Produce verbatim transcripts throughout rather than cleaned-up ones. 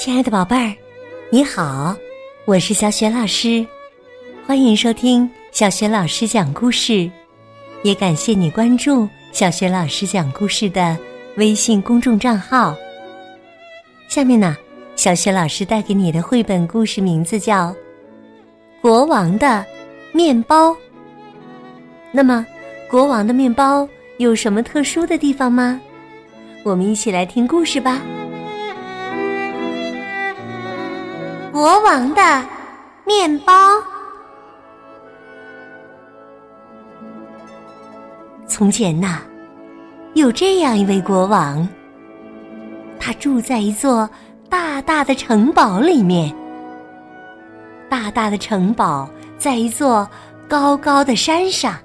亲爱的宝贝儿，你好，我是小雪老师，欢迎收听小雪老师讲故事，也感谢你关注小雪老师讲故事的微信公众账号。下面呢，小雪老师带给你的绘本故事名字叫《国王的面包》。那么，国王的面包有什么特殊的地方吗？我们一起来听故事吧。国王的面包。从前呐，有这样一位国王，他住在一座大大的城堡里面。大大的城堡在一座高高的山上。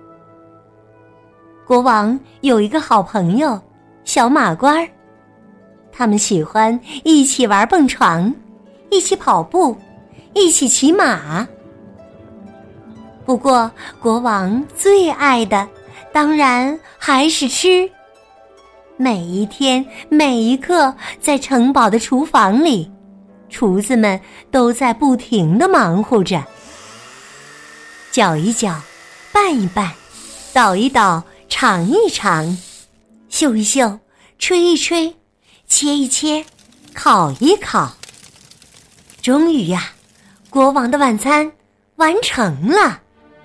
国王有一个好朋友，小马官儿，他们喜欢一起玩蹦床，一起跑步，一起骑马。不过国王最爱的当然还是吃。每一天每一刻，在城堡的厨房里，厨子们都在不停地忙活着，搅一搅，拌一拌，捣一捣，尝一尝，嗅一嗅，吹一吹，切一切，烤一烤。终于呀，国王的晚餐完成了。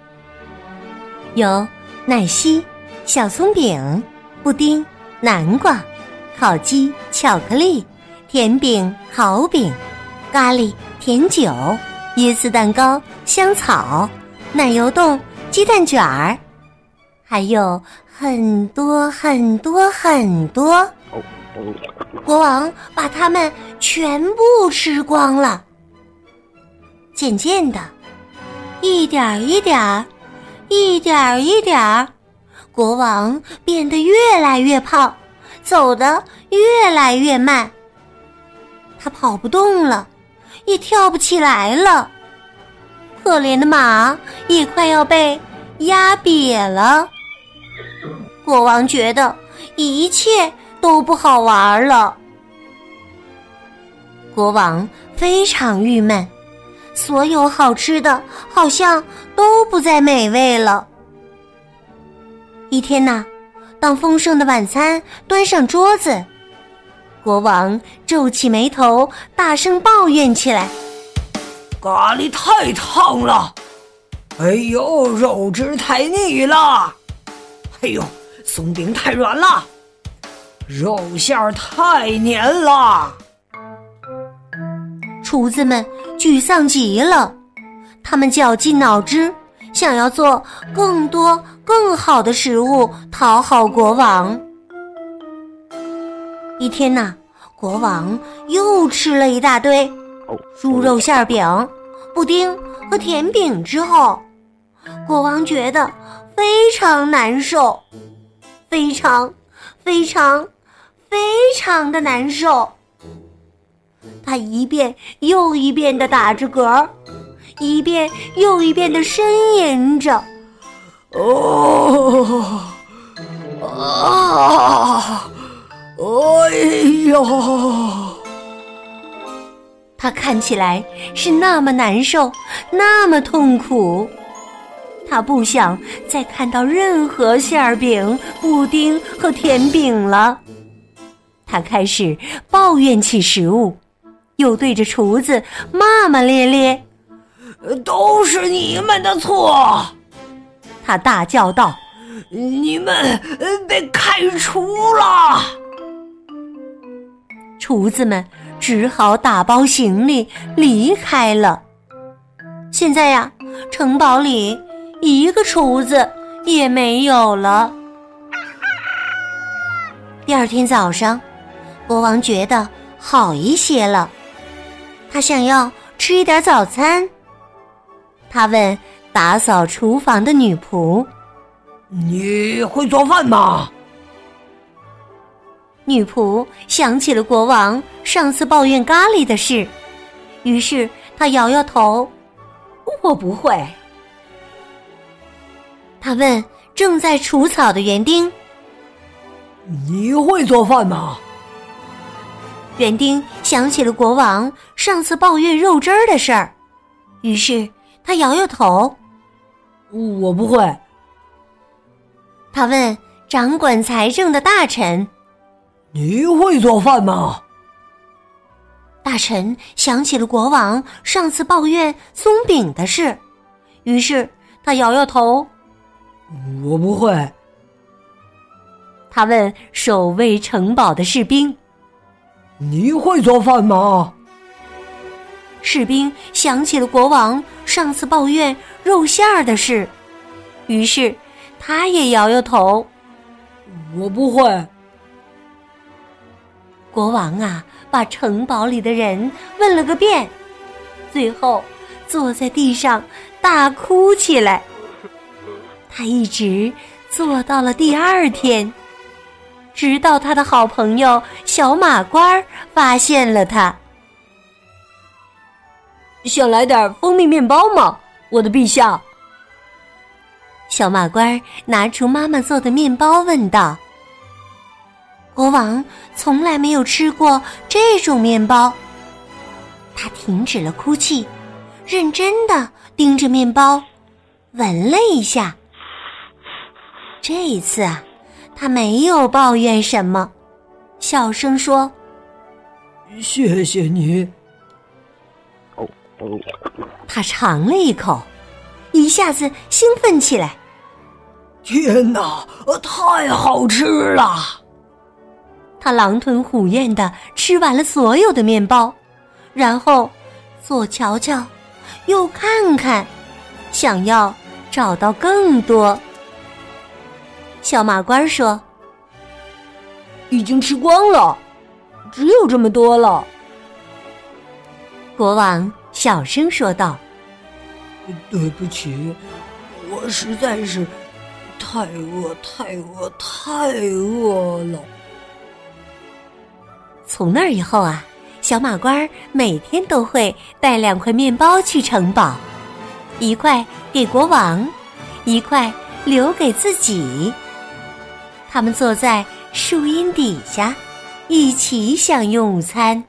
有奶昔、小松饼、布丁、南瓜、烤鸡、巧克力、甜饼、烤饼、咖喱、甜酒、椰丝蛋糕、香草、奶油冻、鸡蛋卷儿，还有很多很多很多。国王把它们全部吃光了。渐渐的，一点儿一点儿，一点儿一点儿，国王变得越来越胖，走得越来越慢。他跑不动了，也跳不起来了。可怜的马也快要被压瘪了。国王觉得一切都不好玩了。国王非常郁闷，所有好吃的好像都不再美味了。一天呐，当丰盛的晚餐端上桌子，国王皱起眉头，大声抱怨起来： 咖喱太烫了，哎呦，肉质太腻了，哎呦，松饼太软了，肉馅儿太黏了。 厨子们沮丧极了，他们绞尽脑汁，想要做更多更好的食物讨好国王。一天呐，国王又吃了一大堆猪肉馅饼、布丁和甜饼之后，国王觉得非常难受，非常非常非常的难受。他一遍又一遍地打着嗝，一遍又一遍地呻吟着： 哦啊，哎呦！ 他看起来是那么难受，那么痛苦。他不想再看到任何馅儿饼、布丁和甜饼了。他开始抱怨起食物，又对着厨子骂骂咧咧： 都是你们的错！ 他大叫道： 你们被开除了！ 厨子们只好打包行李离开了。现在呀，城堡里一个厨子也没有了。第二天早上，国王觉得好一些了，他想要吃一点早餐。他问打扫厨房的女仆： 你会做饭吗？ 女仆想起了国王上次抱怨咖喱的事，于是她摇摇头：我不会。他问正在除草的园丁： 你会做饭吗？ 园丁想起了国王上次抱怨肉汁儿的事儿，于是他摇摇头。 我不会。 他问掌管财政的大臣： 你会做饭吗？ 大臣想起了国王上次抱怨松饼的事，于是他摇摇头。 我不会。 他问守卫城堡的士兵： 你会做饭吗？ 士兵想起了国王上次抱怨肉馅儿的事，于是他也摇摇头。 我不会。 国王啊，把城堡里的人问了个遍，最后坐在地上大哭起来。他一直坐到了第二天，直到他的好朋友小马官发现了他。 想来点蜂蜜面包吗，我的陛下？ 小马官拿出妈妈做的面包问道。国王从来没有吃过这种面包，他停止了哭泣，认真地盯着面包，闻了一下。这一次啊，他没有抱怨什么，小声说： 谢谢你。 他尝了一口，一下子兴奋起来。 天哪，太好吃了！ 他狼吞虎咽地吃完了所有的面包，然后左瞧瞧，右看看，想要找到更多。小马官说： 已经吃光了，只有这么多了。 国王小声说道： 对不起，我实在是太饿太饿太饿了。 从那以后啊，小马官每天都会带两块面包去城堡，一块给国王，一块留给自己。他们坐在树荫底下，一起享用午餐。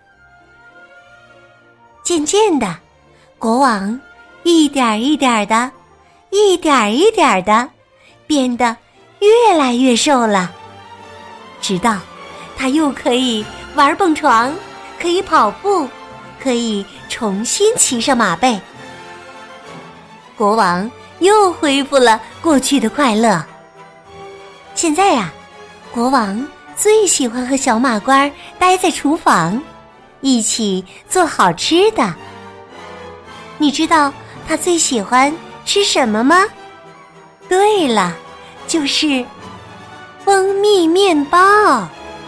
渐渐的，国王一点一点的，一点一点的变得越来越瘦了，直到他又可以玩蹦床，可以跑步，可以重新骑上马背。国王又恢复了过去的快乐。现在呀、啊，国王最喜欢和小马官待在厨房，一起做好吃的。你知道他最喜欢吃什么吗？对了，就是蜂蜜面包。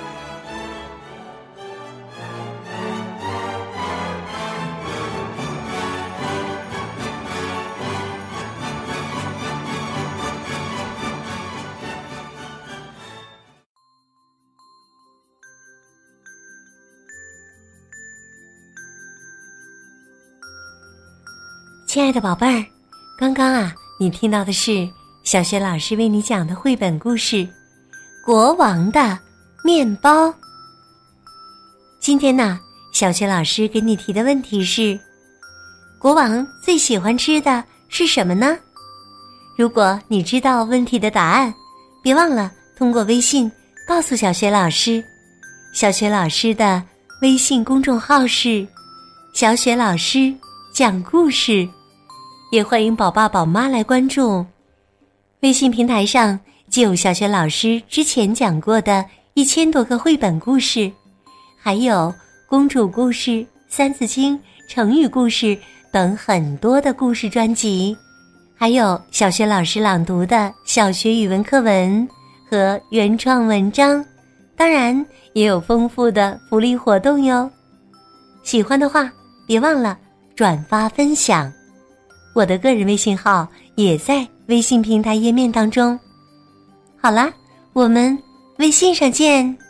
亲爱的宝贝儿，刚刚啊，你听到的是小学老师为你讲的绘本故事《国王的面包》。今天呢，小学老师给你提的问题是：国王最喜欢吃的是什么呢？如果你知道问题的答案，别忘了通过微信告诉小学老师。小学老师的微信公众号是小雪老师讲故事，也欢迎宝爸宝妈来关注。微信平台上就有小雪老师之前讲过的一千多个绘本故事，还有公主故事、三字经、成语故事等很多的故事专辑，还有小学老师朗读的小学语文课文和原创文章，当然也有丰富的福利活动哟。喜欢的话别忘了转发分享，我的个人微信号也在微信平台页面当中。好啦，我们微信上见。